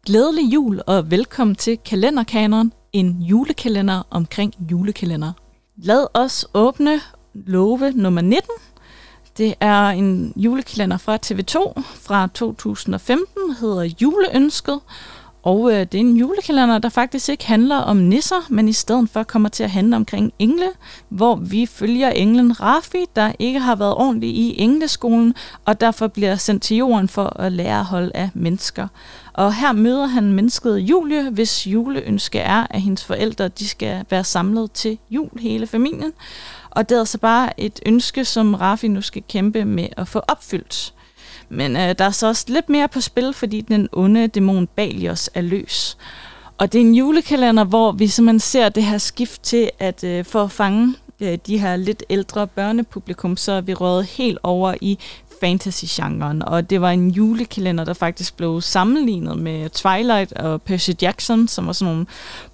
Glædelig jul og velkommen til Kalenderkanonen, en julekalender omkring julekalender. Lad os åbne låge nummer 19. Det er en julekalender fra TV2 fra 2015, hedder Juleønsket. Og det er en julekalender, der faktisk ikke handler om nisser, men i stedet for kommer til at handle omkring engle, hvor vi følger englen Rafi, der ikke har været ordentlig i engleskolen, og derfor bliver sendt til jorden for at lære at holde af mennesker. Og her møder han mennesket Julie, hvis juleønske er, at hendes forældre de skal være samlet til jul, hele familien. Og det er altså bare et ønske, som Rafi nu skal kæmpe med at få opfyldt. Men der er så også lidt mere på spil, fordi den onde dæmon Balios er løs. Og det er en julekalender, hvor vi simpelthen ser det her skift til, at for at fange de her lidt ældre børnepublikum, så er vi røget helt over i fantasy-genren. Og det var en julekalender, der faktisk blev sammenlignet med Twilight og Percy Jackson, som var sådan nogle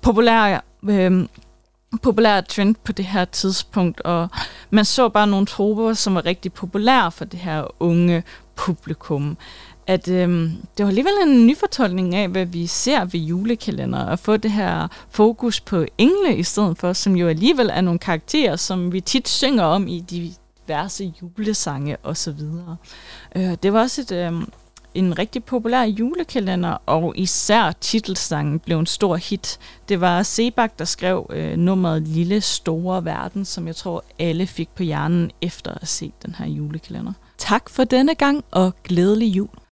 populære trend på det her tidspunkt, og man så bare nogle troper, som var rigtig populære for det her unge publikum. At det var alligevel en nyfortolkning af, hvad vi ser ved julekalender, at få det her fokus på engle i stedet for, som jo alligevel er nogle karakterer, som vi tit synger om i diverse julesange osv. Det var også en rigtig populær julekalender, og især titelsangen blev en stor hit. Det var Sebak, der skrev nummeret Lille Store Verden, som jeg tror alle fik på hjernen efter at have set den her julekalender. Tak for denne gang, og glædelig jul.